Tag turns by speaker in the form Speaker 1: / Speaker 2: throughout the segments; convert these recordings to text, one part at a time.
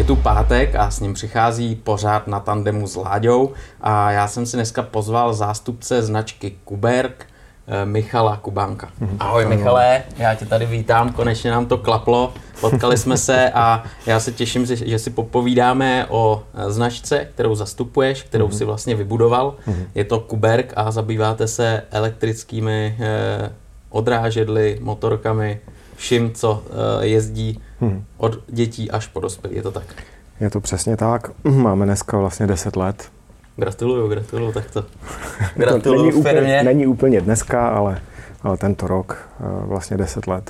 Speaker 1: tu pátek a s ním přichází pořád na tandemu s Láďou a já jsem si dneska pozval zástupce značky Kuberg, Michala Kubánka. Ahoj Michale, já tě tady vítám, konečně nám to klaplo, potkali jsme se a já se těším, že si popovídáme o značce, kterou zastupuješ, kterou si vlastně vybudoval. Je to Kuberg a zabýváte se elektrickými odrážedly, motorkami, vším, co jezdí od dětí až po dospělí, je to tak?
Speaker 2: Je to přesně tak, máme dneska vlastně 10 let.
Speaker 1: Gratuluju, tak to. Gratuluju firmě.
Speaker 2: Není úplně dneska, ale tento rok vlastně 10 let.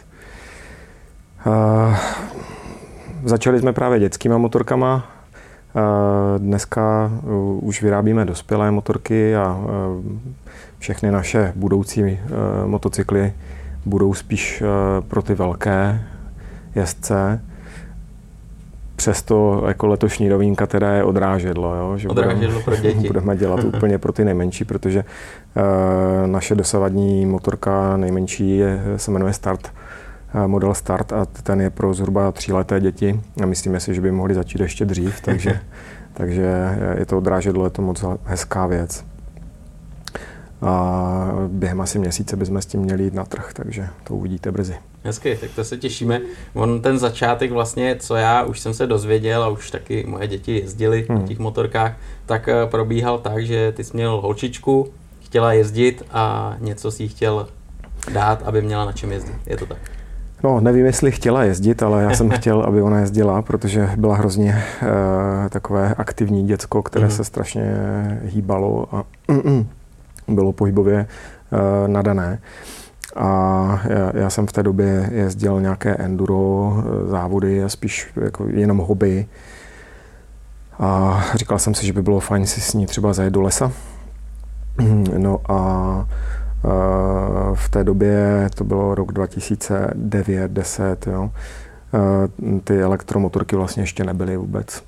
Speaker 2: Začali jsme právě dětskýma motorkama. Dneska už vyrábíme dospělé motorky a všechny naše budoucí motocykly budou spíš pro ty velké jezdce. Přesto jako letošní novinka teda je odrážedlo, jo? Že
Speaker 1: odrážedlo pro děti.
Speaker 2: Budeme dělat úplně pro ty nejmenší, protože naše dosavadní motorka nejmenší se jmenuje Start, model Start a ten je pro zhruba 3leté děti a myslíme si, že by mohli začít ještě dřív, takže je to odrážedlo, je to moc hezká věc. A během asi měsíce bychom s tím měli jít na trh, takže to uvidíte brzy.
Speaker 1: Hezky, tak to se těšíme. On ten začátek vlastně, co já už jsem se dozvěděl a už taky moje děti jezdily na těch motorkách, tak probíhal tak, že ty jsi měl holčičku, chtěla jezdit a něco si jí chtěl dát, aby měla na čem jezdit. Je to tak?
Speaker 2: No, nevím, jestli chtěla jezdit, ale já jsem chtěl, aby ona jezdila, protože byla hrozně takové aktivní děcko, které se strašně hýbalo a bylo pohybově nadané. A já jsem v té době jezdil nějaké enduro závody a spíš jako jenom hobby. A říkal jsem si, že by bylo fajn si s ní třeba zajet do lesa. No a v té době, to bylo rok 2009-10, jo, ty elektromotorky vlastně ještě nebyly vůbec.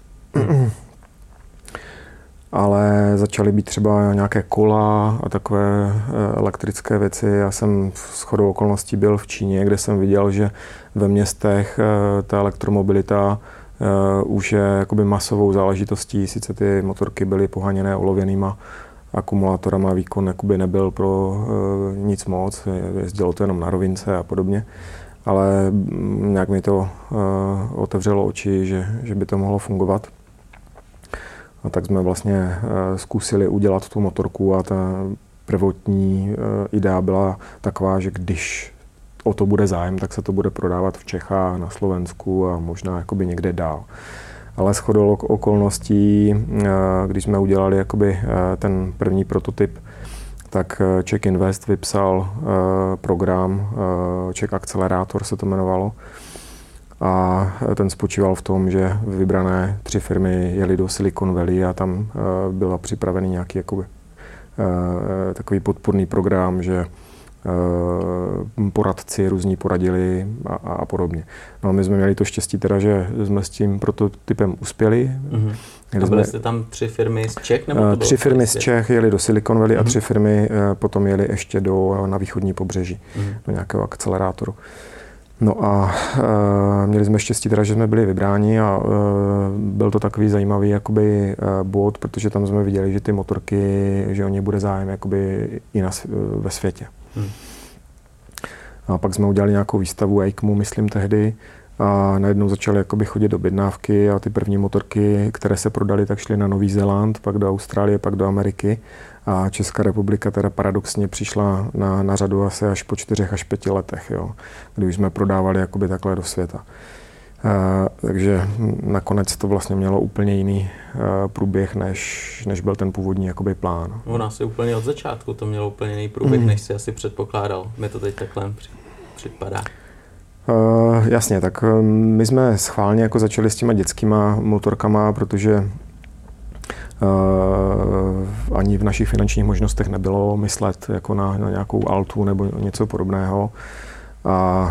Speaker 2: Ale začaly být třeba nějaké kola a takové elektrické věci. Já jsem shodou okolností byl v Číně, kde jsem viděl, že ve městech ta elektromobilita už je jakoby masovou záležitostí. Sice ty motorky byly poháněné olověnýma akumulátorama, výkon jakoby nebyl pro nic moc, jezdilo to jenom na rovince a podobně. Ale nějak mi to otevřelo oči, že by to mohlo fungovat. A tak jsme vlastně zkusili udělat tu motorku a ta prvotní idea byla taková, že když o to bude zájem, tak se to bude prodávat v Čechách, na Slovensku a možná jakoby někde dál. Ale shodou okolností, když jsme udělali jakoby ten první prototyp, tak Czech Invest vypsal program, Czech Accelerátor se to jmenovalo, a ten spočíval v tom, že vybrané 3 firmy jeli do Silicon Valley a tam byl připravený nějaký jakoby, takový podpůrný program, že poradci různí poradili a podobně. No a my jsme měli to štěstí teda, že jsme s tím prototypem uspěli.
Speaker 1: A byli jste tam 3 firmy z Čech? Nebo to
Speaker 2: 3 firmy z Čech jeli do Silicon Valley a 3 firmy potom jeli ještě na východní pobřeží, do nějakého akcelerátoru. No a měli jsme štěstí teda, že jsme byli vybráni a byl to takový zajímavý jakoby bod, protože tam jsme viděli, že ty motorky, že o ně bude zájem jakoby i ve světě. A pak jsme udělali nějakou výstavu EICMu, myslím tehdy, a najednou začaly jakoby chodit objednávky a ty první motorky, které se prodaly, tak šly na Nový Zéland, pak do Austrálie, pak do Ameriky. A Česká republika teda paradoxně přišla na řadu asi až po 4 až 5 letech, jo, kdy už jsme prodávali jakoby takhle do světa. Takže nakonec to vlastně mělo úplně jiný průběh, než byl ten původní jakoby plán.
Speaker 1: U nás je úplně od začátku to mělo úplně jiný průběh, než si asi předpokládal. Mi to teď takhle připadá.
Speaker 2: Jasně, tak my jsme schválně jako začali s těma dětskýma motorkama, protože ani v našich finančních možnostech nebylo myslet jako na nějakou Altu nebo něco podobného. A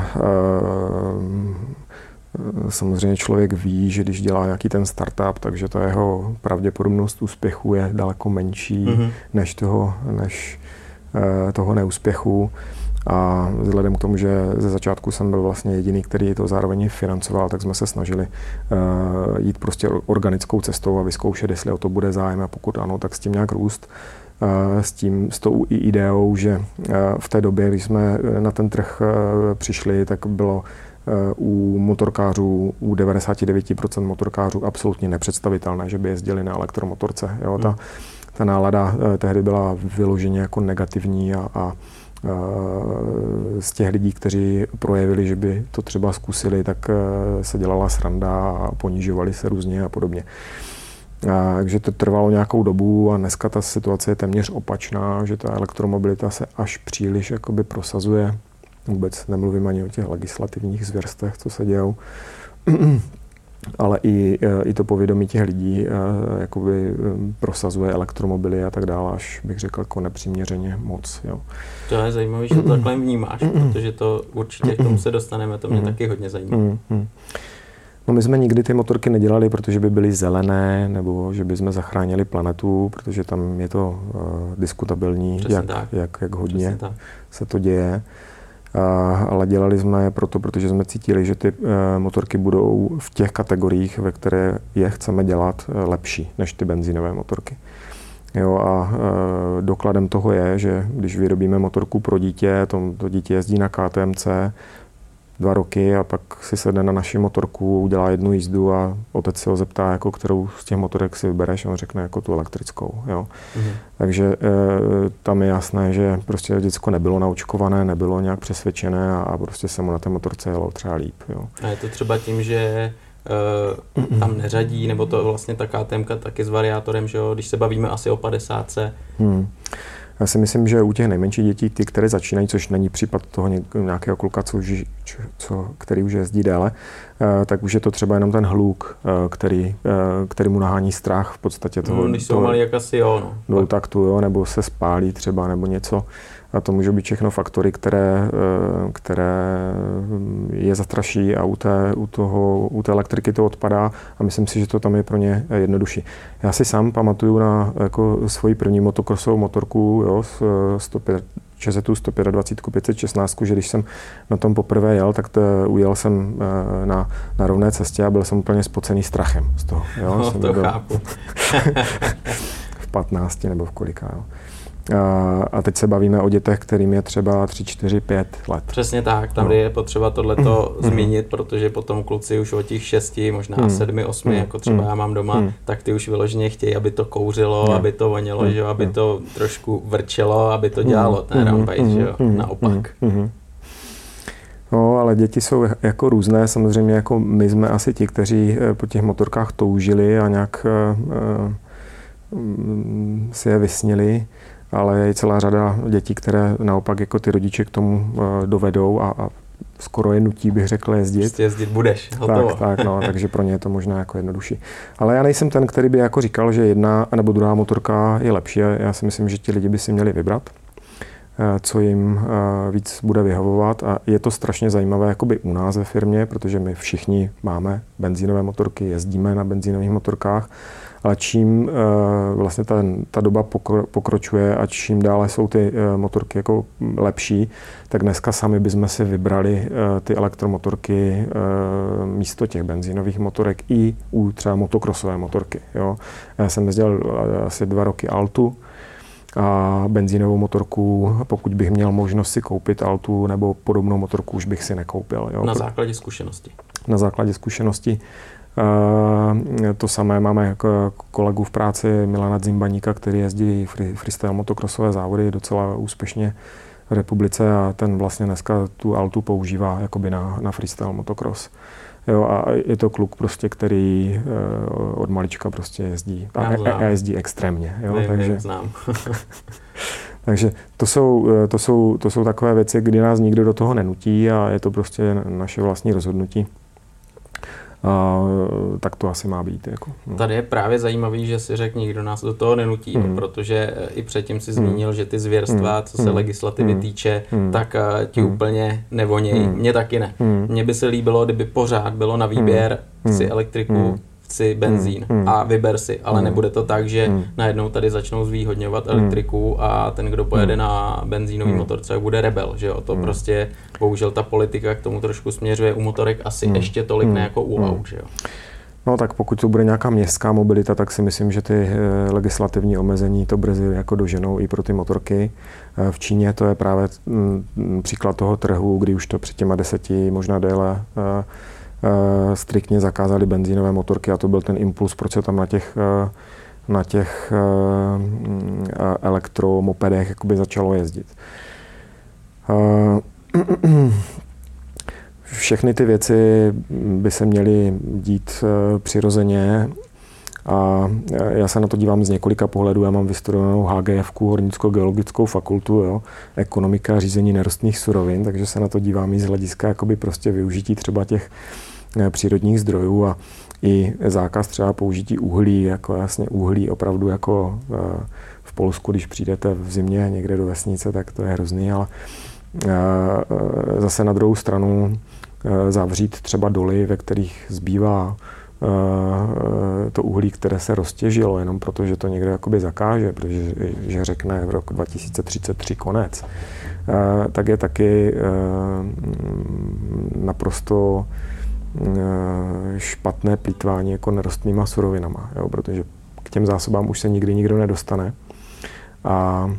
Speaker 2: samozřejmě člověk ví, že když dělá nějaký ten startup, takže ta jeho pravděpodobnost úspěchu je daleko menší než toho neúspěchu. A vzhledem k tomu, že ze začátku jsem byl vlastně jediný, který to zároveň financoval, tak jsme se snažili jít prostě organickou cestou a vyzkoušet, jestli o to bude zájem a pokud ano, tak s tím nějak růst. S tou ideou, že v té době, když jsme na ten trh přišli, tak bylo u motorkářů, u 99% motorkářů absolutně nepředstavitelné, že by jezdili na elektromotorce. Jo? Ta nálada tehdy byla vyloženě jako negativní a z těch lidí, kteří projevili, že by to třeba zkusili, tak se dělala sranda a ponižovali se různě a podobně. Takže to trvalo nějakou dobu a dneska ta situace je téměř opačná, že ta elektromobilita se až příliš jakoby prosazuje. Vůbec nemluvím ani o těch legislativních zvěrstvech, co se dějou, ale i to povědomí těch lidí jakoby prosazuje elektromobily a tak dále, až bych řekl jako nepřiměřeně moc. Jo.
Speaker 1: To je zajímavé, že to takhle vnímáš, protože to určitě k tomu se dostaneme, to mě taky hodně zajímá.
Speaker 2: No my jsme nikdy ty motorky nedělali, protože by byly zelené, nebo že by jsme zachránili planetu, protože tam je to diskutabilní, jak hodně se to děje. Ale dělali jsme je proto, protože jsme cítili, že ty motorky budou v těch kategoriích, ve které je chceme dělat, lepší než ty benzínové motorky. Jo, a dokladem toho je, že když vyrobíme motorku pro dítě, to dítě jezdí na KTMC 2 roky a pak si sedne na naši motorku, udělá jednu jízdu a otec se ho zeptá, jako kterou z těch motorek si vybereš, a on řekne jako tu elektrickou. Jo. Takže tam je jasné, že prostě děcko nebylo naočkované, nebylo nějak přesvědčené a prostě se mu na té motorce jelo třeba líp. Jo.
Speaker 1: A je to třeba tím, že tam neřadí, nebo to vlastně ta KTMka taky s variátorem, že jo, když se bavíme asi o 50.
Speaker 2: Já si myslím, že u těch nejmenších dětí, ty, které začínají, což není případ toho nějakého kluka, který už jezdí déle, tak už je to třeba jenom ten hluk, který mu nahání strach v podstatě toho.
Speaker 1: Když jsou malí, jak asi jo. No.
Speaker 2: Dvoutaktu, jo, nebo se spálí třeba, nebo něco. A to můžou být všechno faktory, které je zastraší a u té elektriky to odpadá a myslím si, že to tam je pro ně jednodušší. Já si sám pamatuju na jako svoji první motokrosovou motorku, jo, Čezetu 125 516, že když jsem na tom poprvé jel, tak ujel jsem na rovné cestě a byl jsem úplně spocený strachem z toho. Jo,
Speaker 1: no, to chápu.
Speaker 2: v 15 nebo v kolika, jo. A teď se bavíme o dětech, kterým je třeba 3, 4, 5 let.
Speaker 1: Přesně tak, tam je potřeba tohleto zmínit, protože potom kluci už od těch 6, možná 7, 8, jako třeba já mám doma, tak ty už vyloženě chtějí, aby to kouřilo, aby to vonělo, že jo, aby to trošku vrčelo, aby to dělalo ten rampage, že jo, naopak.
Speaker 2: No, ale děti jsou jako různé, samozřejmě jako my jsme asi ti, kteří po těch motorkách toužili a nějak si je vysnili. Ale je celá řada dětí, které naopak jako ty rodiče k tomu dovedou a skoro je nutí, bych řekl, jezdit.
Speaker 1: Prostě jezdit budeš, hotovo.
Speaker 2: Tak, no, takže pro ně je to možná jako jednodušší. Ale já nejsem ten, který by jako říkal, že jedna nebo druhá motorka je lepší. Já si myslím, že ti lidi by si měli vybrat, co jim víc bude vyhovovat. A je to strašně zajímavé jakoby u nás ve firmě, protože my všichni máme benzínové motorky, jezdíme na benzínových motorkách. Ale čím vlastně ta doba pokročuje a čím dále jsou ty motorky jako lepší, tak dneska sami bychom si vybrali ty elektromotorky místo těch benzínových motorek i u třeba motokrosové motorky. Jo. Já jsem jezdil asi 2 roky Altu a benzínovou motorku, pokud bych měl možnost si koupit Altu nebo podobnou motorku, už bych si nekoupil. Jo.
Speaker 1: Na základě zkušenosti.
Speaker 2: Na základě zkušenosti. To samé máme jako kolegu v práci Milana Zimbaníka, který jezdí freestyle motokrosové závody docela úspěšně v republice a ten vlastně dneska tu Altu používá jakoby na freestyle motocross. Jo, a je to kluk prostě, který od malička prostě jezdí a jezdí extrémně. Jo,
Speaker 1: takže znám.
Speaker 2: Takže to jsou takové věci, kdy nás nikdo do toho nenutí a je to prostě naše vlastní rozhodnutí. Tak to asi má být. Jako, no.
Speaker 1: Tady je právě zajímavý, že si řekl, nikdo nás do toho nenutí, protože i předtím si zmínil, že ty zvěrstva, co se legislativy týče, tak ti úplně nevonějí. Mně taky ne. Mně by se líbilo, kdyby pořád bylo na výběr si elektriku si benzín a vyber si, ale nebude to tak, že najednou tady začnou zvýhodňovat elektriku a ten, kdo pojede na benzínový motorce, bude rebel, že jo, to prostě, bohužel ta politika k tomu trošku směřuje, u motorek asi ještě tolik ne jako u aut, že jo.
Speaker 2: No tak pokud to bude nějaká městská mobilita, tak si myslím, že ty legislativní omezení to brzy jako doženou i pro ty motorky. V Číně to je právě příklad toho trhu, kdy už to před těma 10, možná déle, striktně zakázali benzínové motorky a to byl ten impuls, proč se tam na těch elektromopedech jakoby začalo jezdit. Všechny ty věci by se měly dít přirozeně a já se na to dívám z několika pohledů. Já mám vystudovanou HGF-ku, Hornickou geologickou fakultu, jo, ekonomika a řízení nerostných surovin, takže se na to dívám i z hlediska jakoby prostě využití třeba těch přírodních zdrojů a i zákaz třeba použití uhlí, jako jasně uhlí opravdu jako v Polsku, když přijdete v zimě někde do vesnice, tak to je hrozný, ale zase na druhou stranu zavřít třeba doly, ve kterých zbývá to uhlí, které se roztěžilo, jenom proto, že to někdo jakoby zakáže, protože že řekne v roku 2033 konec, tak je taky naprosto špatné plýtvání jako nerostnýma surovinama, jo, protože k těm zásobám už se nikdy nikdo nedostane. A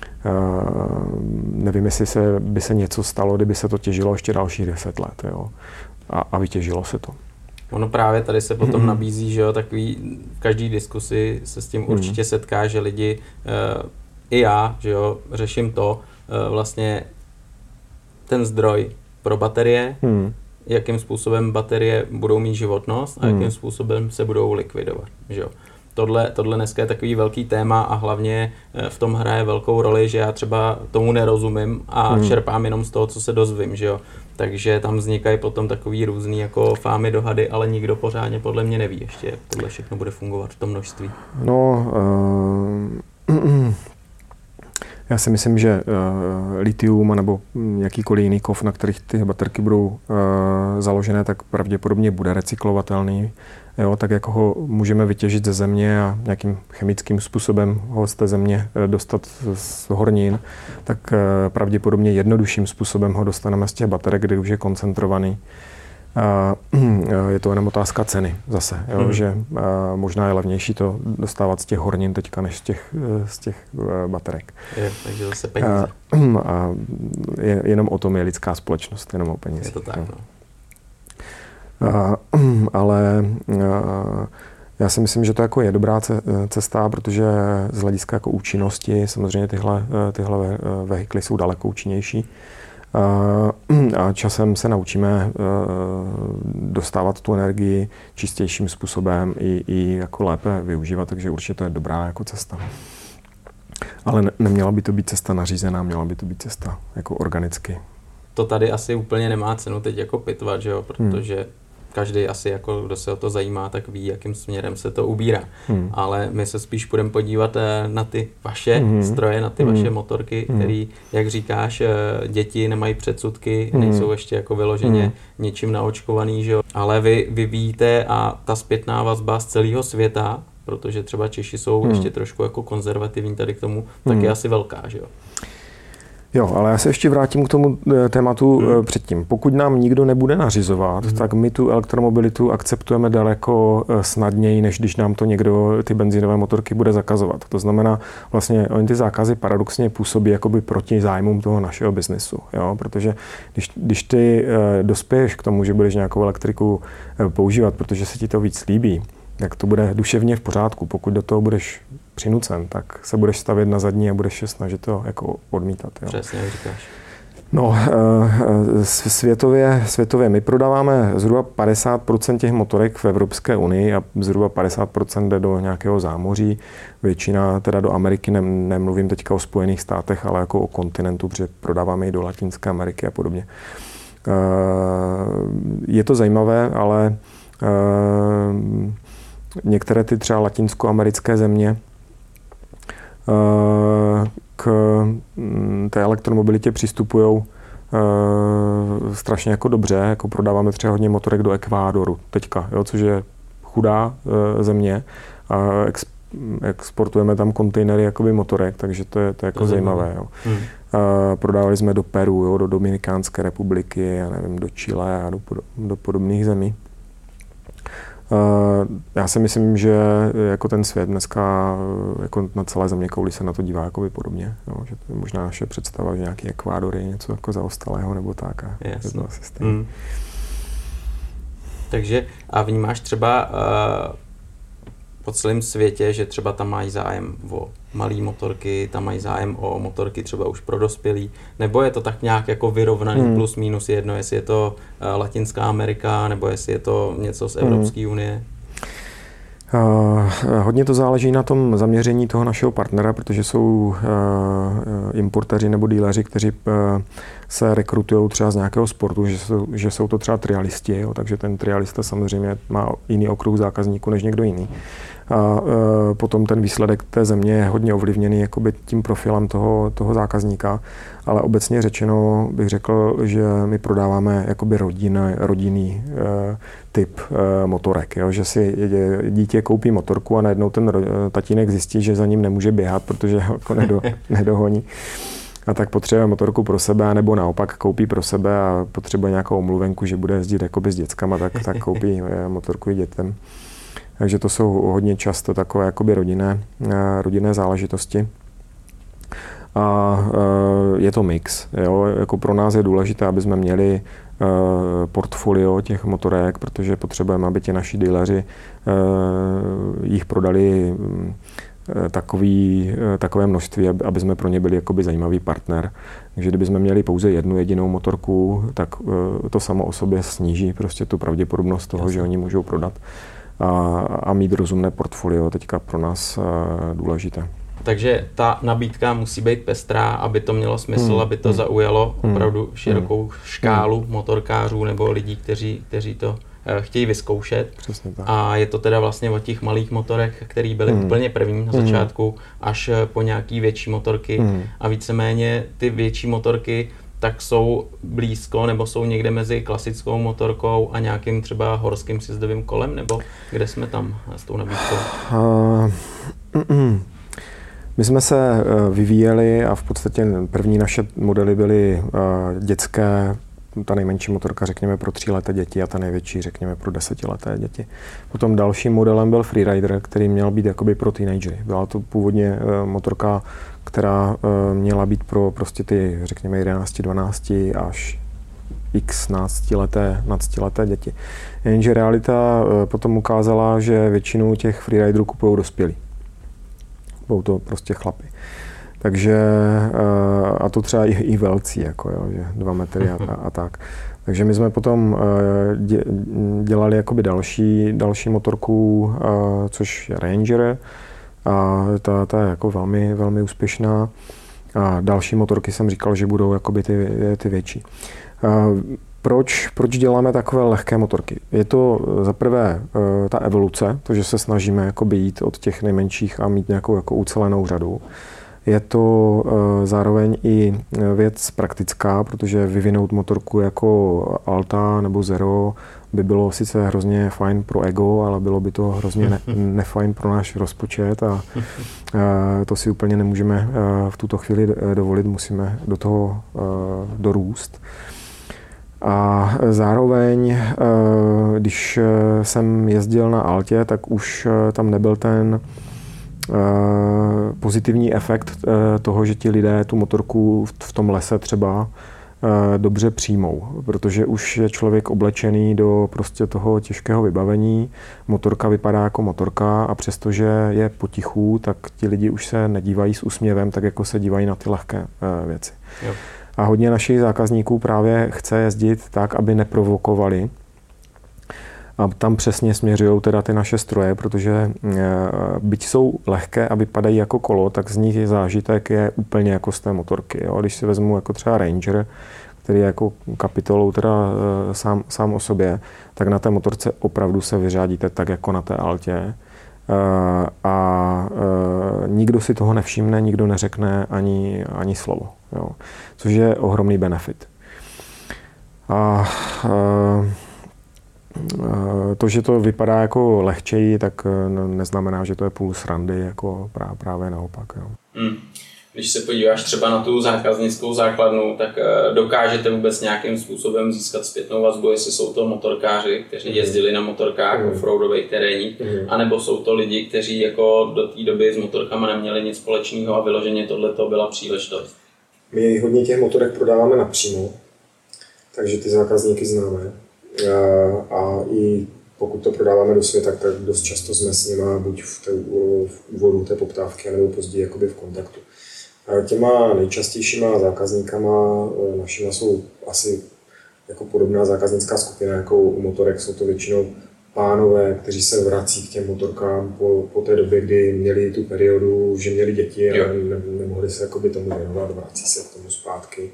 Speaker 2: nevím, jestli by se něco stalo, kdyby se to těžilo ještě dalších 10 let. Jo. A vytěžilo se to.
Speaker 1: Ono právě tady se potom nabízí, že jo, takový, v každé diskusi se s tím určitě setká, že lidi, i já, že jo, řeším to, vlastně ten zdroj pro baterie, jakým způsobem baterie budou mít životnost a jakým způsobem se budou likvidovat, že jo. Tohle dneska je takový velký téma a hlavně v tom hraje velkou roli, že já třeba tomu nerozumím a čerpám jenom z toho, co se dozvím, že jo. Takže tam vznikají potom takový různý jako fámy, dohady, ale nikdo pořádně podle mě neví ještě, jak tohle všechno bude fungovat v tom množství.
Speaker 2: No, já si myslím, že litium nebo jakýkoliv jiný kov, na kterých ty baterky budou založené, tak pravděpodobně bude recyklovatelný. Jo, tak jako ho můžeme vytěžit ze země a nějakým chemickým způsobem ho z té země dostat z hornin, tak pravděpodobně jednodušším způsobem ho dostaneme z těch baterek, kdy už je koncentrovaný. Je to jenom otázka ceny zase, jo, že možná je levnější to dostávat z těch hornin teďka, než z těch baterek.
Speaker 1: Takže zase peníze.
Speaker 2: A jenom o tom je lidská společnost, jenom o penězích.
Speaker 1: Je to tak, no.
Speaker 2: Ale já si myslím, že to jako je dobrá cesta, protože z hlediska jako účinnosti samozřejmě tyhle vehikly jsou daleko účinnější. A časem se naučíme dostávat tu energii čistějším způsobem i jako lépe využívat, takže určitě to je dobrá jako cesta. Ale neměla by to být cesta nařízená, měla by to být cesta jako organicky.
Speaker 1: To tady asi úplně nemá cenu teď jako pitvat, že jo, protože každý asi, jako, kdo se o to zajímá, tak ví, jakým směrem se to ubírá. Ale my se spíš budeme podívat na ty vaše stroje, na ty vaše motorky, který, jak říkáš, děti nemají předsudky, nejsou ještě jako vyloženě něčím naočkovaný, že jo. Ale vy vyvíjíte a ta zpětná vazba z celého světa, protože třeba Češi jsou ještě trošku jako konzervativní tady k tomu, tak je asi velká, že jo.
Speaker 2: Jo, ale já se ještě vrátím k tomu tématu předtím. Pokud nám nikdo nebude nařizovat, tak my tu elektromobilitu akceptujeme daleko snadněji, než když nám to někdo ty benzínové motorky bude zakazovat. To znamená, vlastně oni ty zákazy paradoxně působí jakoby proti zájmům toho našeho biznesu. Jo? Protože když ty dospěješ k tomu, že budeš nějakou elektriku používat, protože se ti to víc líbí, tak to bude duševně v pořádku. Pokud do toho budeš přinucen, tak se budeš stavět na zadní a budeš se snažit to jako odmítat. Jo.
Speaker 1: Přesně, jak říkáš.
Speaker 2: No, světově my prodáváme zhruba 50% těch motorek v Evropské unii a zhruba 50% jde do nějakého zámoří. Většina teda do Ameriky, nemluvím teďka o Spojených státech, ale jako o kontinentu, protože prodáváme i do Latinské Ameriky a podobně. Je to zajímavé, ale některé ty třeba latinskoamerické země k té elektromobilitě přistupují strašně jako dobře, jako prodáváme třeba hodně motorek do Ekvádoru teďka, jo, což je chudá země a exportujeme tam kontejnery jakoby motorek, takže to je jako zajímavé. Jo. Prodávali jsme do Peru, jo, do Dominikánské republiky, já nevím, do Chile a do podobných zemí. Já si myslím, že jako ten svět dneska jako na celé zeměkouli se na to dívá jakoby podobně. Jo, že to je možná naše představa, že nějaký Ekvádor je něco jako zaostalého nebo tak. Je to asi stejné.
Speaker 1: Takže a vnímáš třeba po celém světě, že třeba tam mají zájem o malé motorky, tam mají zájem o motorky třeba už pro dospělí, nebo je to tak nějak jako vyrovnaný plus minus jedno, jestli je to Latinská Amerika, nebo jestli je to něco z Evropské unie?
Speaker 2: Hodně to záleží na tom zaměření toho našeho partnera, protože jsou importéři nebo díleři, kteří se rekrutují třeba z nějakého sportu, že jsou to třeba trialisti, jo, takže ten trialista samozřejmě má jiný okruh zákazníků než někdo jiný. A potom ten výsledek té země je hodně ovlivněný jakoby tím profilem toho zákazníka, ale obecně řečeno bych řekl, že my prodáváme jakoby rodinný typ motorek, jo? Že si dítě koupí motorku a najednou ten tatínek zjistí, že za ním nemůže běhat, protože ho jako nedohoní. A tak potřebuje motorku pro sebe, nebo naopak koupí pro sebe a potřebuje nějakou omluvenku, že bude jezdit jakoby s dětskama, tak koupí motorku i dětem. Takže to jsou hodně často takové jakoby rodinné záležitosti. A je to mix. Jo? Jako pro nás je důležité, aby jsme měli portfolio těch motorek, protože potřebujeme, aby ti naši dealeři jich prodali takové množství, aby jsme pro ně byli jakoby zajímavý partner. Takže kdybychom měli pouze jednu jedinou motorku, tak to samo o sobě sníží prostě tu pravděpodobnost toho, že oni můžou prodat a mít rozumné portfolio teďka pro nás důležité.
Speaker 1: Takže ta nabídka musí být pestrá, aby to mělo smysl, aby to zaujalo opravdu širokou škálu motorkářů nebo lidí, kteří to chtějí vyzkoušet.
Speaker 2: Přesně tak.
Speaker 1: A je to teda vlastně o těch malých motorech, které byly úplně první na začátku, až po nějaký větší motorky. A víceméně ty větší motorky tak jsou blízko nebo jsou někde mezi klasickou motorkou a nějakým třeba horským sjezdovým kolem, nebo kde jsme tam s tou nabídkou?
Speaker 2: My jsme se vyvíjeli a v podstatě první naše modely byly dětské, ta nejmenší motorka řekněme pro 3leté děti a ta největší řekněme pro 10leté děti. Potom dalším modelem byl Freerider, který měl být jakoby pro teenagery. Byla to původně motorka, která měla být pro prostě ty řekněme 11, 12 až x 12leté děti. Jenže realita potom ukázala, že většinu těch freeriderů kupují dospělí. Budou to prostě chlapi. Takže, a to třeba i velcí, jako jo, že 2 metry a tak. Takže my jsme potom dělali jakoby další motorku, což je Ranger, a ta je jako velmi, velmi úspěšná. A další motorky jsem říkal, že budou jakoby ty větší. Proč děláme takové lehké motorky? Je to za prvé ta evoluce, to, že se snažíme jakoby jít od těch nejmenších a mít nějakou jako ucelenou řadu. Je to zároveň i věc praktická, protože vyvinout motorku jako Alta nebo Zero by bylo sice hrozně fajn pro ego, ale bylo by to hrozně nefajn pro náš rozpočet a to si úplně nemůžeme v tuto chvíli dovolit, musíme do toho dorůst. A zároveň, když jsem jezdil na Altě, tak už tam nebyl ten pozitivní efekt toho, že ti lidé tu motorku v tom lese třeba dobře přijmou, protože už je člověk oblečený do prostě toho těžkého vybavení, motorka vypadá jako motorka a přestože je potichu, tak ti lidi už se nedívají s úsměvem, tak jako se dívají na ty lehké věci. Jo. A hodně našich zákazníků právě chce jezdit tak, aby neprovokovali. A tam přesně směřují teda ty naše stroje, protože byť jsou lehké a vypadají jako kolo, tak z nich zážitek je úplně jako z té motorky. Jo? Když si vezmu jako třeba Ranger, který je jako kapitolou teda sám o sobě, tak na té motorce opravdu se vyřádíte tak jako na té Altě. A nikdo si toho nevšimne, nikdo neřekne ani slovo. Jo? Což je ohromný benefit. To, že to vypadá jako lehčeji, tak neznamená, že to je půl srandy, jako právě naopak. Jo.
Speaker 1: Když se podíváš třeba na tu zákaznickou základnu, tak dokážete vůbec nějakým způsobem získat zpětnou vazbu, jestli jsou to motorkáři, kteří jezdili na motorkách offroadových terénních, anebo jsou to lidi, kteří jako do té doby s motorkama neměli nic společného a vyloženě tohleto byla příležitost.
Speaker 3: My hodně těch motorek prodáváme napřímo, takže ty zákazníky známe. A i pokud to prodáváme do světa, tak dost často jsme s nimi buď v úvodu té poptávky, nebo později jakoby v kontaktu. Těma nejčastějšíma zákazníkama našima jsou asi jako podobná zákaznická skupina jako u motorek. Jsou to většinou pánové, kteří se vrací k těm motorkám po té době, kdy měli tu periodu, že měli děti a nemohli se jakoby tomu věnovat, vrací se k tomu zpátky.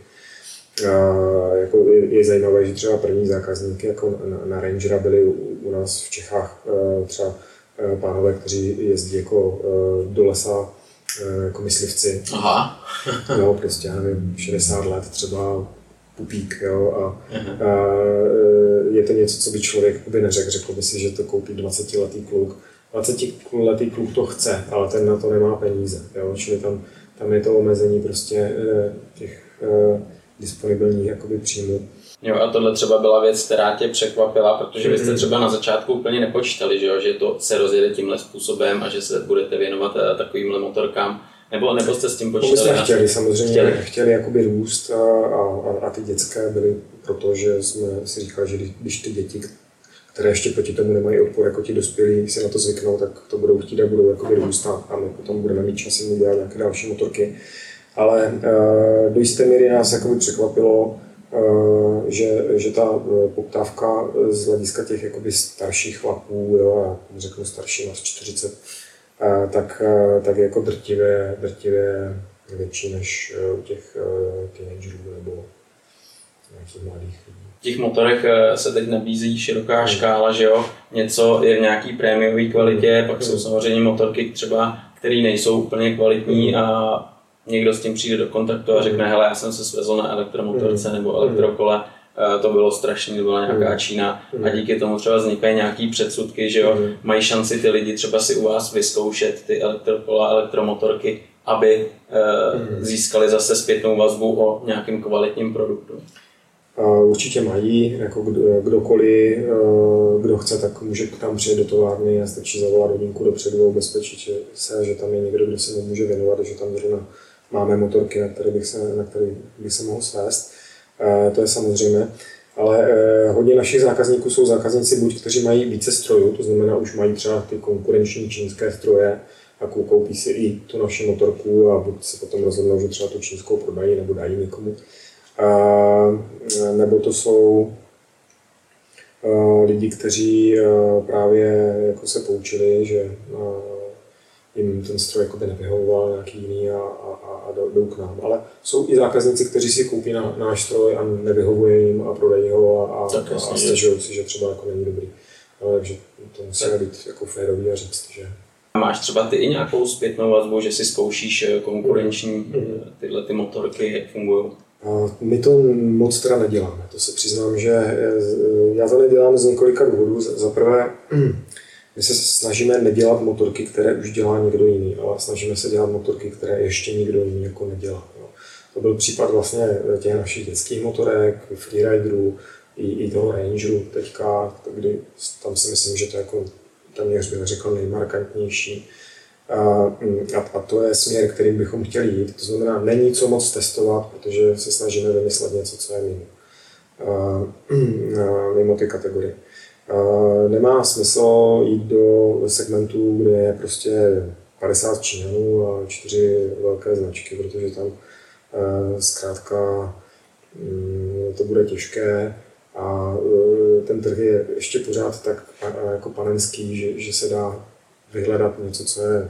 Speaker 3: Jako je zajímavé, že třeba první zákazníky jako na Rangera byli u nás v Čechách třeba pánové, kteří jezdí jako do lesa jako myslivci.
Speaker 1: Aha.
Speaker 3: No, prostě, já nevím, 60 let třeba pupík, jo, a je to něco, co by člověk by neřekl. Řekl by si, že to koupí 20letý kluk. 20letý kluk to chce, ale ten na to nemá peníze, jo, čili tam je to omezení prostě těch disponibilních jakoby příjmů.
Speaker 1: Jo, a tohle třeba byla věc, která tě překvapila, protože vy jste třeba na začátku úplně nepočítali, že to se rozjede tímhle způsobem a že se budete věnovat takovýmhle motorkám, nebo jste s tím počítali?
Speaker 3: My jsme chtěli samozřejmě chtěli jakoby růst a ty dětské byly proto, že jsme si říkali, že když ty děti, které ještě proti tomu nemají odpor, jako ti dospělí si na to zvyknou, tak to budou chtít a budou jakoby růst a my potom budeme mít čas jim udělat nějaké další motorky. Ale do jisté míry nás jakoby překvapilo, že ta poptávka z hlediska těch jakoby starších chlapů, jo, a řeknu starší, až 40, tak je jako drtivě větší než u těch teenagerů nebo nějakých mladých lidí.
Speaker 1: V těch motorech se teď nabízí široká škála, že jo? Něco je v nějaký prémiové kvalitě, pak jsou samozřejmě motorky třeba, které nejsou úplně kvalitní a někdo s tím přijde do kontaktu a řekne, hele, já jsem se svezl na elektromotorce nebo elektrokole, to bylo strašný, to byla nějaká Čína a díky tomu třeba vznikají nějaký předsudky, že jo, mají šanci ty lidi třeba si u vás vyzkoušet ty elektrokola, elektromotorky, aby získali zase zpětnou vazbu o nějakým kvalitním produktu.
Speaker 3: Určitě mají, jako kdokoliv, kdo chce, tak může tam přijet do továrny a stačí zavolat hodinku dopředu a ubezpečit se, že tam je někdo, kdo se mu může věnovat, že tam zrovna máme motorky, na které bych se mohl svést. To je samozřejmé. Ale hodně našich zákazníků jsou zákazníci buď, kteří mají více strojů, to znamená, už mají třeba ty konkurenční čínské stroje a koupí si i tu naši motorku a buď se potom rozhodnou, že třeba tu čínskou prodají nebo dají někomu. Nebo to jsou lidi, kteří právě jako se poučili, že jim ten stroj jakoby nevyhovoval nějaký jiný a jdou k nám. Ale jsou i zákazníci, kteří si koupí náš stroj a nevyhovuje jim a prodají ho a stěžují si, že třeba jako není dobrý. Takže to musíme být jako férový a říct, že...
Speaker 1: Máš třeba ty i nějakou zpětnou vazbu, že si zkoušíš konkurenční tyhle ty motorky, jak fungují?
Speaker 3: My to moc teda neděláme. To se přiznám, že já to nedělám z několika důvodů. Za prvé, my se snažíme nedělat motorky, které už dělá někdo jiný, ale snažíme se dělat motorky, které ještě nikdo jiný jako nedělá. Jo. To byl případ vlastně těch našich dětských motorek, freeriderů, i toho Rangeru teďka, kdy tam si myslím, že to jako téměř bych řekl nejmarkantnější. A to je směr, kterým bychom chtěli jít. To znamená, není co moc testovat, protože se snažíme vymyslet něco, co je mimo ty kategorie. Nemá smysl jít do segmentu, kde je prostě 50 Číňanů a 4 velké značky, protože tam zkrátka to bude těžké a ten trh je ještě pořád tak jako panenský, že se dá vyhledat něco, co je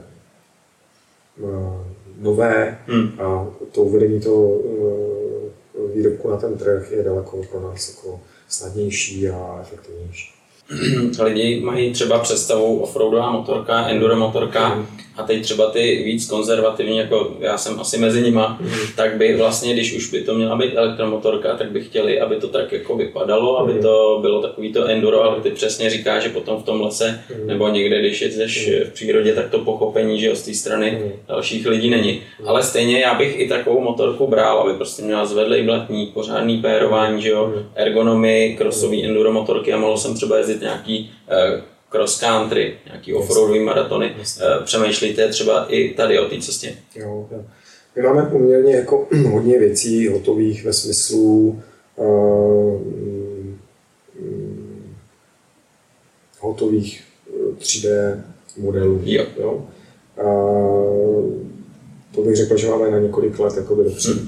Speaker 3: nové a to uvedení toho výrobku na ten trh je daleko pro nás jako snadnější a efektivnější.
Speaker 1: lidi mají třeba představu offroadová motorka, enduro motorka a teď třeba ty víc konzervativní, jako já jsem asi mezi nima, tak by vlastně, když už by to měla být elektromotorka, tak by chtěli, aby to tak jako vypadalo, aby to bylo takový to enduro, ale ty přesně říkáš, že potom v tom lese nebo někde, když jedeš v přírodě, tak to pochopení, že z té strany dalších lidí není. Ale stejně já bych i takovou motorku bral, aby prostě měla zvedlej blatník, pořádný pérování, že jo, ergonomii, crossový enduro motorky a mohl jsem třeba jezdit nějaký cross country, nějaký offroadový maratony. Přemýšlíte třeba i tady o té cestě?
Speaker 3: Jo. My máme poměrně jako hodně věcí hotových ve smyslu hotových 3D modelů. Jo. To bych řekl, že máme na několik let dopředu.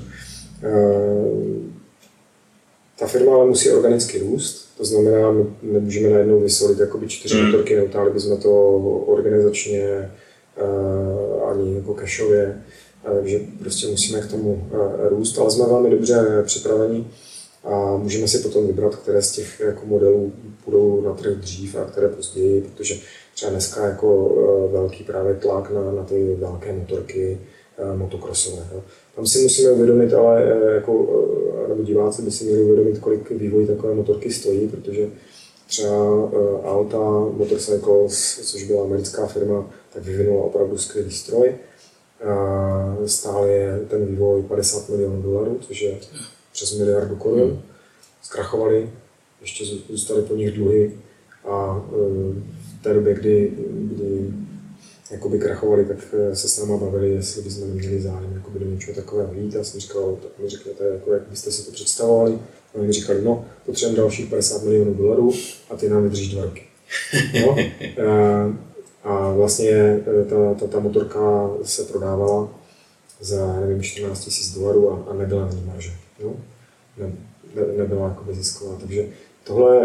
Speaker 3: Ta firma ale musí organicky růst, to znamená, my nemůžeme najednou vysolit 4 motorky, neutáhli bychom to organizačně ani jako cashově, takže prostě musíme k tomu růst, ale jsme velmi dobře připraveni a můžeme si potom vybrat, které z těch jako modelů budou na trh dřív a které později, protože třeba dneska jako velký právě tlak na ty velké motorky motokrosové. Tam si musíme uvědomit, ale nebo diváci by si měli uvědomit, kolik vývoj takové motorky stojí, protože třeba Alta Motorcycles, což byla americká firma, tak vyvinula opravdu skvělý stroj. Stál je ten vývoj $50 milionů, což je přes $1 miliardu korun. Zkrachovali, ještě zůstaly po nich dluhy a v té době, kdy jakoby krachovali, tak se s náma bavili, jestli bychom neměli zájem do něčeho takového jít. Já jsem říkal, tak mi řekněte, jak byste si to představovali. A oni mi říkali, no, potřebujeme dalších $50 milionů a ty nám vydržíš 2 roky. No? A vlastně ta motorka se prodávala za, $14 000 a nebyla na ní marže. No? Nebyla jako zisková. Takže tohle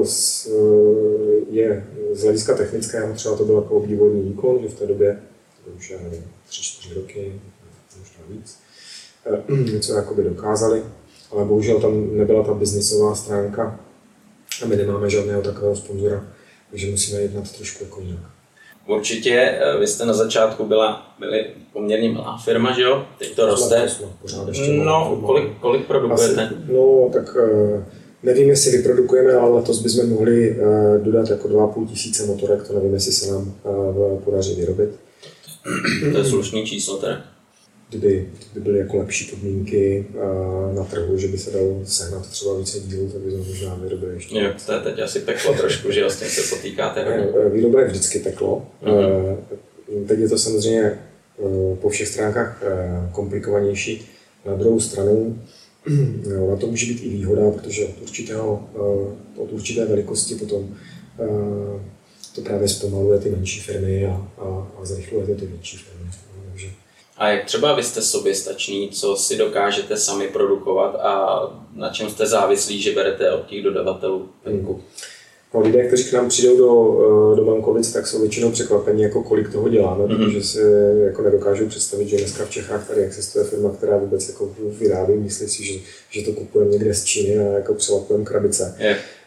Speaker 3: je z hlediska technického, třeba to byl jako obdivuhodný výkon, že v té době, to už je 3-4 roky, možná víc, něco dokázali, ale bohužel tam nebyla ta biznisová stránka a my nemáme žádného takového sponzora, takže musíme jednat trošku jinak.
Speaker 1: Určitě, vy jste na začátku byli poměrně malá firma, že jo? Teď to roste.
Speaker 3: Pořád ještě
Speaker 1: kolik produkujete?
Speaker 3: Tak nevím, jestli vyprodukujeme, ale letos bychom mohli dodat 2,5 tisíce motorek, to nevím, jestli se nám podaří vyrobit.
Speaker 1: To je slušný číslo teda.
Speaker 3: Kdyby byly lepší podmínky na trhu, že by se dalo sehnat třeba více dílů, tak bychom možná vyrobili ještě.
Speaker 1: Jo, to je teď asi peklo trošku, že s tím se potýkáte.
Speaker 3: Výroba je vždycky peklo. Teď je to samozřejmě po všech stránkách komplikovanější. Na druhou stranu na to může být i výhoda, protože od určité velikosti potom to právě zpomaluje ty menší firmy a zrychluje ty větší firmy.
Speaker 1: A jak třeba vy jste soběstační, co si dokážete sami produkovat a na čem jste závislí, že berete od těch dodavatelů venku?
Speaker 3: No, lidé, kteří k nám přijdou do Mankovic, tak jsou většinou překvapení, kolik toho děláme, protože si nedokážou představit, že dneska v Čechách tady existuje firma, která vůbec vyrábí, myslí si, že to kupujeme někde z Číny a přelapujeme krabice.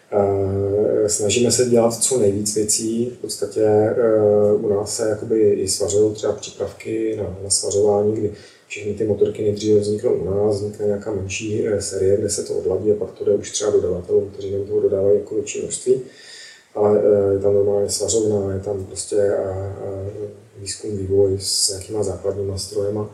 Speaker 3: Snažíme se dělat co nejvíc věcí, v podstatě u nás se i svařují třeba přípravky na svařování, kdy všechny ty motorky nejdříve vzniknou u nás, vznikne nějaká menší série, kde se to odladí a pak to jde už třeba dodavatelům, kteří nám toho dodávají větší množství. Ale je tam normálně svařovna, je tam prostě výzkum, vývoj s nějakýma základníma strojema.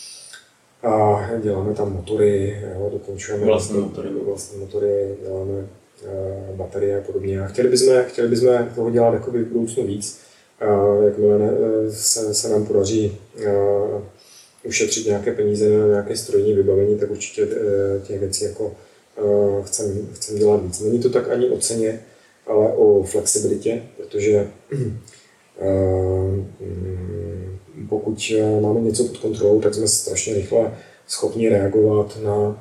Speaker 3: A děláme tam motory, dokončujeme vlastní motory, děláme baterie a podobně. A chtěli bychom toho dělat v budoucnu víc. Jakmile se nám podaří ušetřit nějaké peníze na nějaké strojní vybavení, tak určitě těch věcí chcem dělat víc. Není to tak ani o ceně, ale o flexibilitě, protože pokud máme něco pod kontrolou, tak jsme strašně rychle schopni reagovat na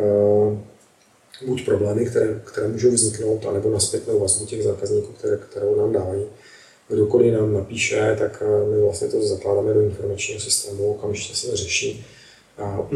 Speaker 3: buď problémy, které můžou vzniknout, anebo na zpětnou vazbu těch zákazníků, kterou nám dávají. Kdokoliv nám napíše, tak my vlastně to zakládáme do informačního systému, okamžitě se to řeší. A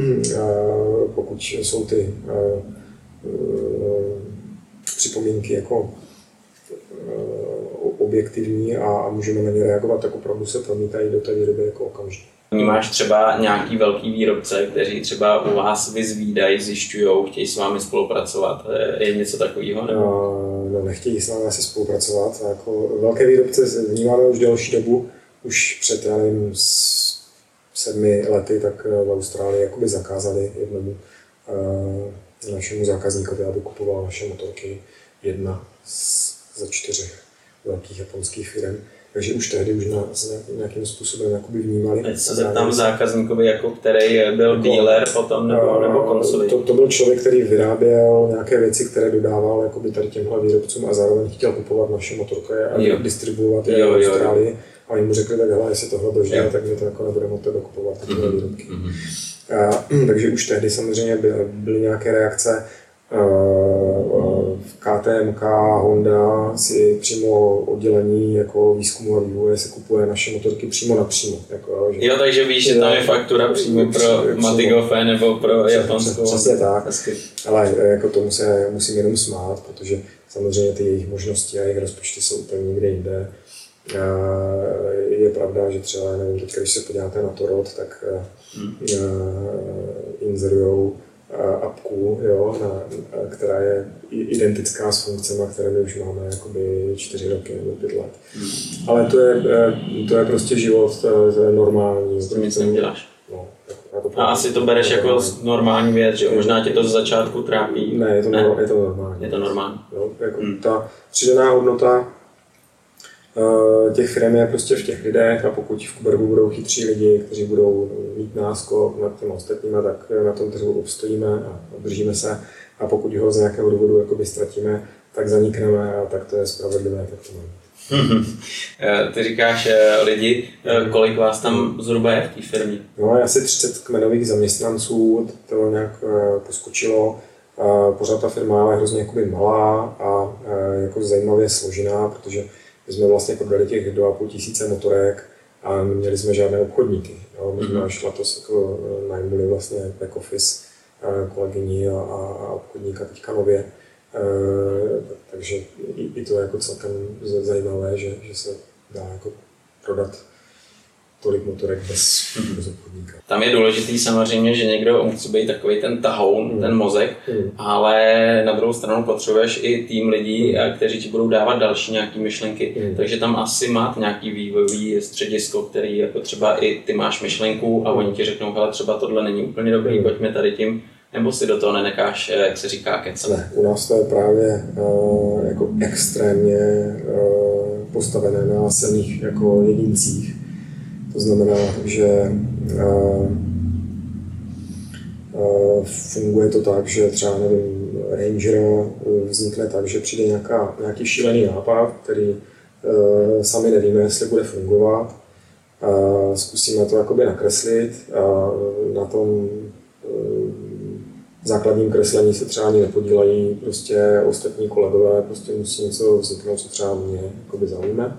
Speaker 3: pokud jsou ty připomínky objektivní a můžeme na ně reagovat, tak opravdu se promítají do té výroby jako okamžitě.
Speaker 1: Vnímáš třeba nějaký velký výrobce, kteří třeba u vás vyzvídají, zjišťují, chtějí s vámi spolupracovat? Je něco takového? Nebo?
Speaker 3: No, nechtějí s námi asi spolupracovat. Jako velké výrobce vnímáme už delší dobu, už před, já nevím, 7 lety, tak v Austrálii jakoby zakázali jednomu našemu zákazníkovi, aby kupoval naše motorky, jedna ze 4 velkých japonských firm. Takže už tehdy už nás nějakým způsobem jakoby vnímali.
Speaker 1: Teď se zeptám zákazníkovi, jako který byl dealer potom nebo koncový.
Speaker 3: To byl člověk, který vyráběl nějaké věci, které dodával jakoby tady těmhle výrobcům a zároveň chtěl kupovat naše motorky a distribuovat je v Austrálii. A oni mu řekli, tak hele, jestli tohle brždá, tak my to jako nebudeme od tebe kupovat tyhle výrobky. Takže už tehdy samozřejmě byly nějaké reakce. KTM, Honda si přímo oddělení jako výzkumu a vývoje se kupuje naše motorky přímo napřímo. Jako,
Speaker 1: že takže víš, že tam je faktura přímo pro Matigofe nebo pro japonskou.
Speaker 3: Přesně tak, ale jako tomu se musím jenom smát, protože samozřejmě ty jejich možnosti a jejich rozpočty jsou úplně někde jinde. Je pravda, že třeba, nevím, teď, když se podíváte na Torod, tak inzerujou apku, jo, která je identická s funkcemi, které my už máme jakoby 4 roky nebo 5 let. Ale to je prostě život, to je normální.
Speaker 1: S tím nic neděláš.
Speaker 3: No,
Speaker 1: a asi to bereš jako normální věc, že možná tě to z začátku trápí.
Speaker 3: Ne, je to normální.
Speaker 1: Je to normální.
Speaker 3: Jo, jako ta přidaná hodnota těch firm je prostě v těch lidech a pokud v Kubergu budou chytří lidi, kteří budou mít náskok nad těmi ostatními, tak na tom trhu obstojíme a držíme se a pokud ho z nějakého důvodu jakoby ztratíme, tak zanikneme a tak to je spravedlivé, tak to máme.
Speaker 1: Ty říkáš lidi, kolik vás tam zhruba je v té firmě?
Speaker 3: No asi 30 kmenových zaměstnanců, to nějak poskočilo. Pořád ta firma je hrozně jakoby malá a jako zajímavě složená, protože my jsme vlastně prodali těch 2,5 000 motorek a neměli jsme žádné obchodníky. Jo. My jsme až letos jako najmuli vlastně back office kolegyní a obchodníka teďka nově. Takže i to je jako celkem zajímavé, že se dá jako prodat tolik motorek bez obchodníka.
Speaker 1: Tam je důležitý samozřejmě, že někdo musí být takový ten tahoun, ten mozek, ale na druhou stranu potřebuješ i tým lidí, kteří ti budou dávat další nějaké myšlenky. Takže tam asi máte nějaký vývojový středisko, který jako třeba i ty máš myšlenku a oni ti řeknou, hele, třeba tohle není úplně dobrý, pojďme tady tím, nebo si do toho nenecháš, jak se říká, kecat.
Speaker 3: Ne, u nás to je právě jako extrémně postavené na silných jako jedincích. To znamená, že funguje to tak, že třeba, nevím, Ranger vznikne tak, že přijde nějaký šílený nápad, který sami nevíme, jestli bude fungovat. Zkusíme to jakoby nakreslit a na tom základním kreslení se třeba ani nepodílejí prostě ostatní kolegové, prostě musí něco vzniknout, co třeba mě jakoby zaujme.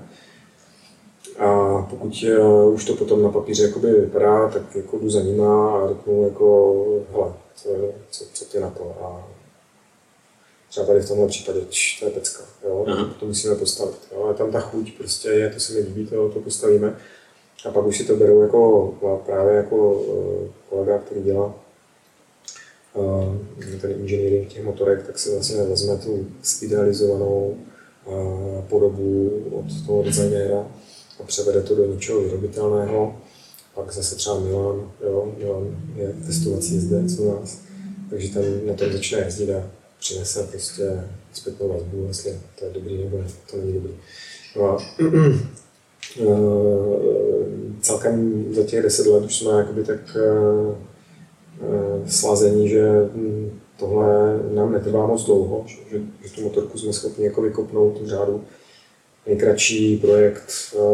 Speaker 3: A pokud už to potom na papíře jakoby vypadá, tak jako jdu za nima a řeknu jako, hele, co ty na to? A třeba tady v tomhle případě, to je pecka, jo? To musíme postavit. Jo? A tam ta chuť prostě je, to se mi líbí, to postavíme. A pak už si to berou jako právě jako kolega, který dělá ten inženýring těch motorek, tak si vlastně vezme tu zidealizovanou podobu od toho designéra a převede to do něčeho vyrobitelného. Pak zase třeba Milan je testovací jezdec u nás, takže ten na tom začne jezdit a přinese prostě zpětnou vazbu, jestli to je dobrý nebo ne, to není dobrý. No a celkem za těch 10 let už jsme jakoby tak slazení, že tohle nám netrvá moc dlouho, že tu motorku jsme schopni jako vykopnout v řádu. Nejkratší projekt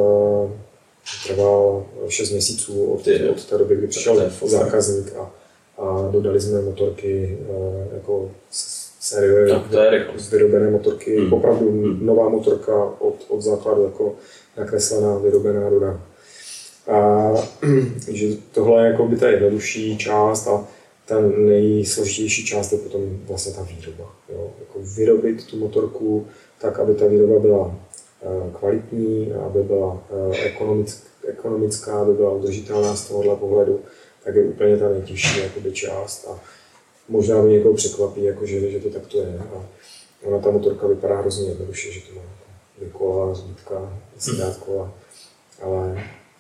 Speaker 3: trval 6 měsíců od té doby, kdy přišel zákazník a dodali jsme motorky jako sériové vyrobené motorky, opravdu nová motorka od základu jako nakreslená, vyrobená, dodaná. A že tohle je jako by ta jednodušší část a ta nejsložitější část je potom vlastně ta výroba. Jo? Jako vyrobit tu motorku tak, aby ta výroba byla kvalitní, aby byla ekonomická, aby byla udržitelná z tohohle pohledu, tak je úplně ta nejtěžší jakoby, část. A možná by někoho překvapí, jako, že to takto je. A ona ta motorka vypadá hrozně jednoduše, že to má dvě kola, řídka, sedát kola, ale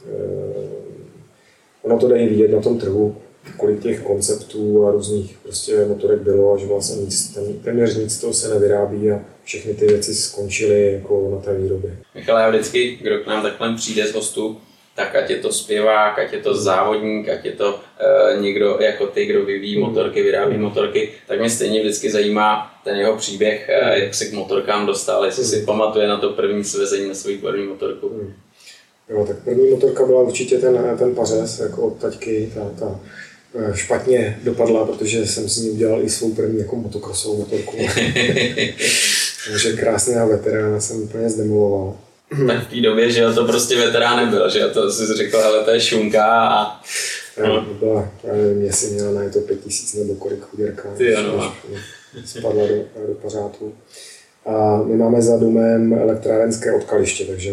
Speaker 3: ono to dají vidět na tom trhu, kolik těch konceptů a různých prostě motorek bylo a že vlastně téměř nic toho se nevyrábí a všechny ty věci skončily jako na té výrobě.
Speaker 1: Michale, já vždycky, kdo k nám takhle přijde z hostů, tak ať je to zpěvák, ať je to závodník, ať je to někdo jako ty, kdo vyvíjí motorky, vyrábí motorky, tak mě stejně vždycky zajímá ten jeho příběh, jak se k motorkám dostal, jestli si pamatuje na to první svezení na svou první motorku.
Speaker 3: Jo, tak první motorka byla určitě ten pařez, jako od taťky, ta špatně dopadla, protože jsem si ní udělal i svou první jako motokrosovou motorku. Takže krásného veterána jsem úplně zdemoloval.
Speaker 1: Tak v té době, že to prostě veterán nebyl, že to jsi řekl, ale to je šunka a...
Speaker 3: Byla, já nevím, jestli měla na to 5000 nebo kolik chuděrka, spadla do pařátu. A my máme za domem elektrárenské odkaliště, takže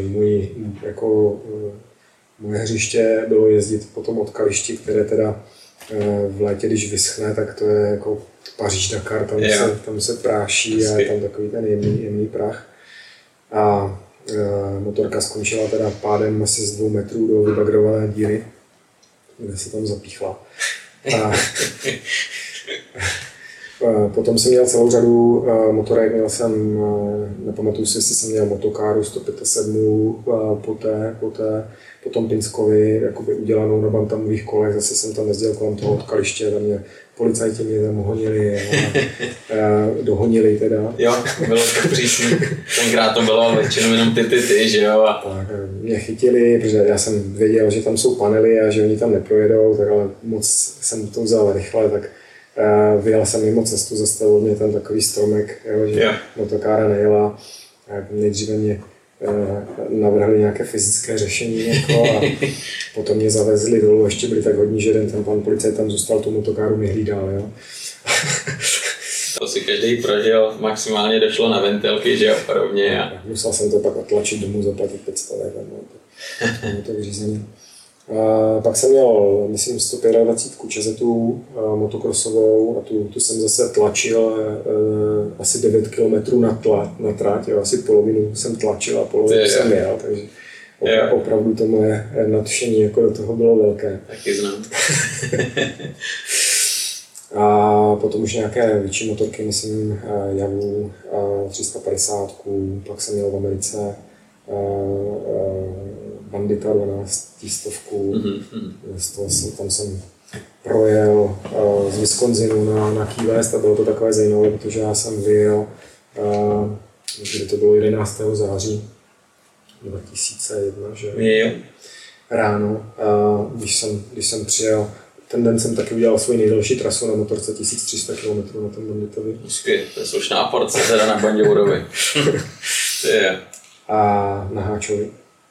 Speaker 3: moje hřiště bylo jezdit po tom odkališti, které teda v létě, když vyschne, tak to je jako Paříž-Dakar, tam se práší a je tam takový ten jemný prach. A motorka skončila teda pádem asi z 2 metrů do vybagrované díry, kde se tam zapíchla. A potom jsem měl celou řadu motorek, měl jsem, nepamatuju si, jestli jsem měl motokáru 107, potom Pinskovi, jakoby udělanou na bantamových kolech, zase jsem tam jezdil kolem toho odkaliště, tam mě policajti mě tam honili a dohonili teda.
Speaker 1: Jo, bylo to přísný, tenkrát to bylo většinou jenom ty, že jo?
Speaker 3: Tak, mě chytili, protože já jsem věděl, že tam jsou panely a že oni tam neprojedou, tak ale moc jsem to vzal rychle, tak vyjel jsem mimo cestu, zastavil mě tam takový stromek, jo, že motokára nejela. Nejdříve mě navrhli nějaké fyzické řešení jako, a potom mě zavezli dolů, ještě byli tak hodní, že ten pan policajt tam zůstal, tu motokáru mi hlídal. Jo.
Speaker 1: To si každý prožil, maximálně došlo na ventilky, že jo, podobně.
Speaker 3: Musel jsem to pak otlačit domů, zaplatit 500 to vyřízení. Pak jsem měl, myslím, 125 čezetu motokrosovou a tu jsem zase tlačil asi 9 km na trať, asi polovinu jsem tlačil a polovinu jsem jel, takže opravdu to moje nadšení jako do toho bylo velké.
Speaker 1: Taky znám.
Speaker 3: A potom už nějaké větší motorky, myslím, Javu 350, pak jsem měl v Americe Bandita 12 stovku, tam jsem projel z Wisconsinu na Key West a bylo to takové zajímavé, protože já jsem vyjel, kdy to bylo 11. září 2001, že? Ráno, když jsem přijel, ten den jsem taky udělal svoji nejdelší trasu na motorce 1300 km na tom Banditovi.
Speaker 1: To je slušná porce teda na Bandourovi.
Speaker 3: A na Háčovi.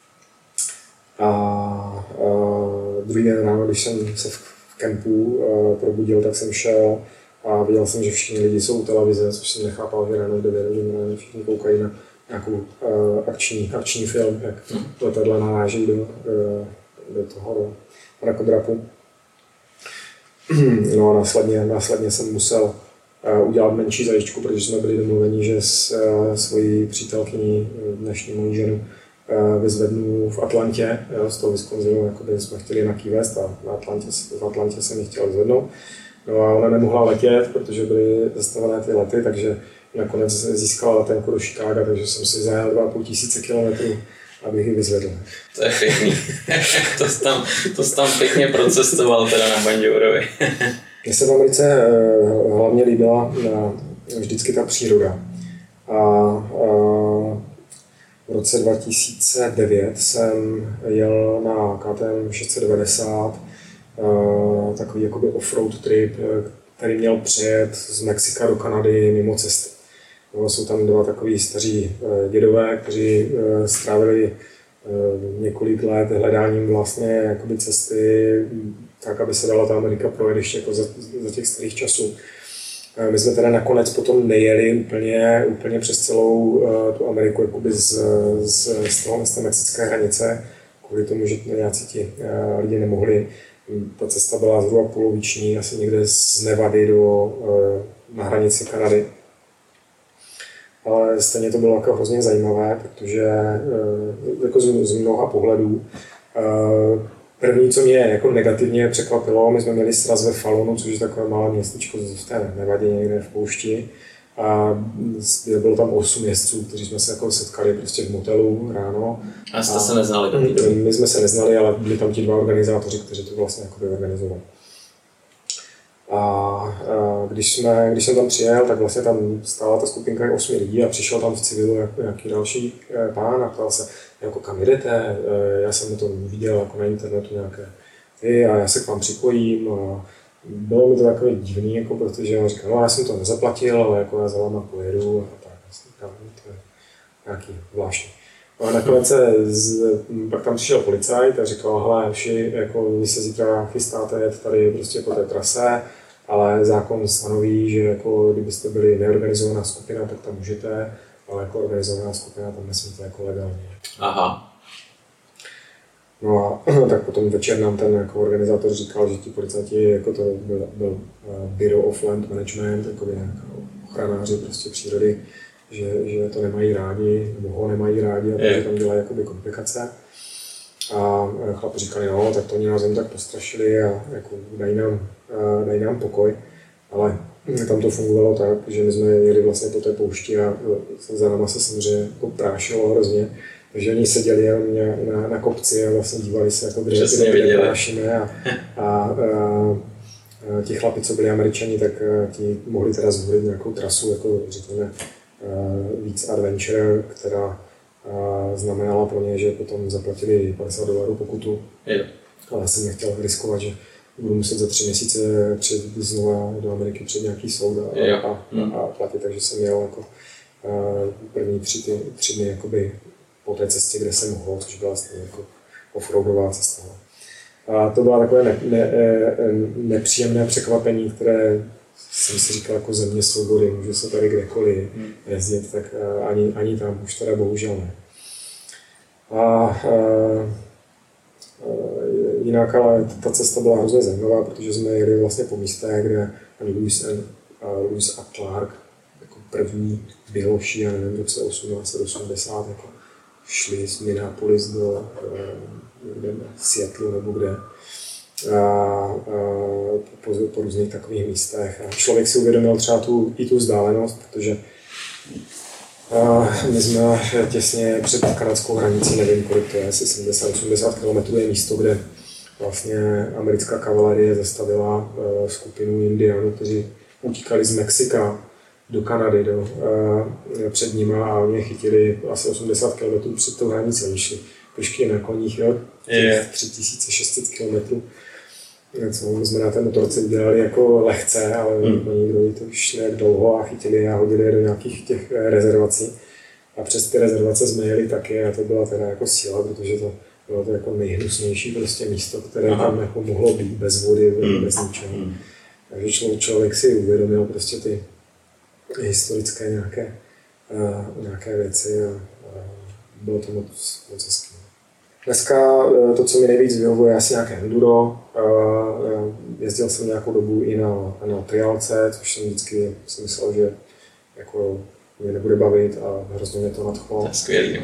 Speaker 3: A druhý den ráno, když jsem se v kempu probudil, tak jsem šel a viděl jsem, že všichni lidi jsou u televize, což jsem nechápal, že ráno v 9 hodin všichni koukají na nějakou akční film, jak letadla naráží do toho mrakodrapu. No a následně jsem musel udělat menší zajišťku, protože jsme byli domluveni, že s svojí přítelkyní, dnešní mojí ženu, vyzvednu v Atlantě, jo, z toho Wisconsinu, jakoby jsme chtěli na Key West a v Atlantě jsem ji chtěl vyzvednout. No a ona nemohla letět, protože byly zastavené ty lety, takže nakonec získala letenku do Chicaga, takže jsem si zajel 2500 kilometrů, abych ji vyzvedl.
Speaker 1: To je pěkný. to jsi tam pěkně procestoval teda na Bandourovi.
Speaker 3: Mně se v Americe hlavně líbila vždycky ta příroda. V roce 2009 jsem jel na KTM 690, takový jakoby off-road trip, který měl přejet z Mexika do Kanady mimo cesty. Jsou tam dva takový staří dědové, kteří strávili několik let hledáním vlastně jakoby cesty tak, aby se dala ta Amerika projet ještě jako za těch starých časů. My jsme teda nakonec potom nejeli úplně přes celou tu Ameriku jakoby z té mexické hranice, kvůli tomu, že nějací ti lidi nemohli. Ta cesta byla zhruba poloviční, asi někde z Nevady na hranici Kanady. Ale stejně to bylo jako hrozně zajímavé, protože jako z mnoha pohledů. První, co mě jako negativně překvapilo, my jsme měli sraz ve Falunu, což je takové malé městečko v té Nevadě někde v poušti. A bylo tam 8 jezdců, kteří jsme se jako setkali prostě v motelu ráno.
Speaker 1: A jste se neznali?
Speaker 3: My jsme se neznali, ale byli tam ti dva organizátoři, kteří to vlastně organizovali. A když jsem tam přijel, tak vlastně tam stála ta skupinka 8 lidí a přišel tam v civilu nějaký další pán a ptal se, jako kam jdete, já jsem to viděl jako na internetu nějaké a já se k vám připojím. A bylo mi to takový divný, jako, protože on říkal, no já jsem to nezaplatil, ale jako já za váma pojedu a tak. To je nějaký zvláštní. A nakonec pak tam přišel policajt a říkal, hele, jako vy se zítra chystáte jet tady prostě po té trase, ale zákon stanoví, že jako kdybyste byli neorganizovaná skupina, tak tam můžete, ale jako organizovaná skupina tam nesmíte jako legálně.
Speaker 1: Aha.
Speaker 3: No a tak potom večer nám ten jako organizátor říkal, že ti policajti, jako to byl Bureau of Land Management, jako ochranáři prostě přírody, že to nemají rádi, nebo ho nemají rádi a takže tam dělají jakoby komplikace. A chlapi říkali, no, tak to oni nás jen tak postrašili a jako dají nám pokoj. Ale tam to fungovalo tak, že my jsme jeli vlastně po té poušti a za náma se samozřejmě jako prášilo hrozně. Takže oni seděli jenom na kopci a vlastně dívali se, jako kde prášíme a ti chlapi, co byli Američani, tak ti mohli teda zvolit nějakou trasu, jako řekněme víc adventure, která znamenala pro ně, že potom zaplatili $50 pokutu. Ale já jsem nechtěl riskovat, že budu muset za 3 měsíce přijet znova do Ameriky před nějaký soud a platit, takže jsem jel jako první 3 dny jakoby po té cestě, kde jsem mohl, což byla vlastně jako offroadová cesta. A to bylo takové nepříjemné překvapení, které jsem si říkal jako země svobody, může se tady kdekoliv jezdit, tak ani tam už teda bohužel ne. Jinak ale ta cesta byla hrozně zajímavá, protože jsme jeli vlastně po místech, kde Lewis a Clark jako první běloši, já nevím, v roce 1880 jako šli z Minneapolis do Seattle nebo kde. Po různých takových místech. A člověk si uvědomil třeba tu vzdálenost, protože my jsme těsně před kanadskou hranicí, nevím kolik to je, asi 70-80 km je místo, kde vlastně americká kavalerie zastavila skupinu Indiánů, kteří utíkali z Mexika do Kanady, před nima a oni chytili asi 80 km před tou hranicí. Oni šli pěšky na koních, těch 3600 km. Co jsme na té motorce udělali jako lehce, ale oni kdo to šli jak dlouho a chytili a hodili je do nějakých těch rezervací. A přes ty rezervace jsme jeli taky a to byla teda jako síla, protože to bylo to jako nejhnusnější prostě místo, které tam jako mohlo být bez vody, bez ničeho. Takže člověk si uvědomil prostě ty historické nějaké věci a bylo to moc hezké. Dneska to, co mi nejvíc vyhovuje, je asi nějaké enduro. Jezdil jsem nějakou dobu i na triálce, což jsem vždycky si myslel, že jako mě nebude bavit a hrozně mě to nadchlo.
Speaker 1: To je skvělý.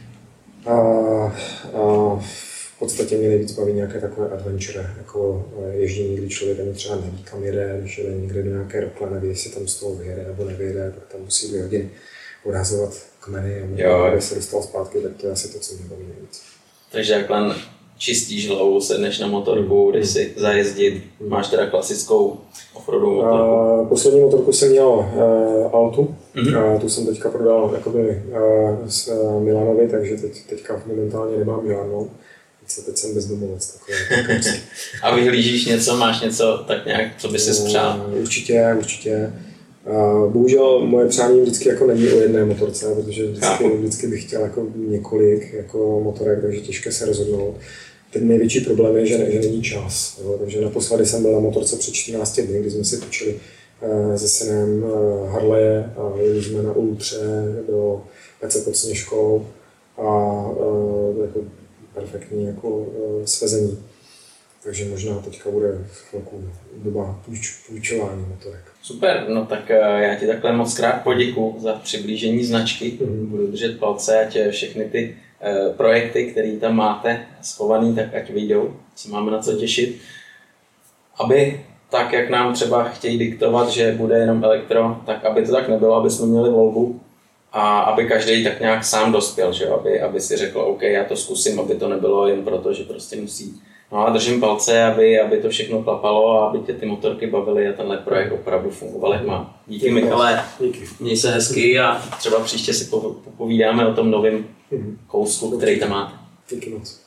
Speaker 3: A v podstatě mě nejvíc baví nějaké takové adventure, jako ježdění, kdy člověk ani třeba neví, kam jede, když jede někde do nějaké rokle, neví, jestli tam z toho vyjede nebo nevyjede, tak tam musí 2 hodiny odhazovat kmeny a aby se dostal zpátky, tak to je asi to, co mě baví nejvíc.
Speaker 1: Takže jakhle čistíš hlavu, sedneš na motorku, jdeš si zajezdit, máš teda klasickou offroadovou motorku?
Speaker 3: Poslední motorku jsem měl Altu, tu jsem teďka prodal jakoby z Milanovi, takže teďka momentálně nemám žádnou. Teď jsem bezdomovec.
Speaker 1: A vyhlížíš něco, máš něco tak nějak, co by si spřál?
Speaker 3: Určitě. Bohužel moje přání vždycky jako není o jedné motorce, protože vždycky bych chtěl jako několik jako motorek, takže těžké se rozhodnout. ten největší problém je, že není čas. Jo? Takže naposledy jsem byl na motorce před 14 dny, kdy jsme si točili se synem Harleje a jeli jsme na Ultře do Pece pod Sněžkou a jako perfektní jako svezení. Takže možná teďka bude chvilku doba půjčování motorek.
Speaker 1: Super, no tak já ti takhle moc krát poděkuju za přiblížení značky. Budu držet palce, ať všechny ty projekty, které tam máte schovaný, tak ať vyjdou, si máme na co těšit. Aby tak, jak nám třeba chtějí diktovat, že bude jenom elektro, tak aby to tak nebylo, aby jsme měli volbu a aby každý tak nějak sám dospěl, že? Aby si řekl, OK, já to zkusím, aby to nebylo jen proto, že prostě musí. No a držím palce, aby to všechno klapalo a aby tě ty motorky bavily a tenhle projekt opravdu fungoval, jak má. Díky Michale, měj se hezky a třeba příště si povídáme o tom novém kousku, který tam máte.
Speaker 3: Díky moc.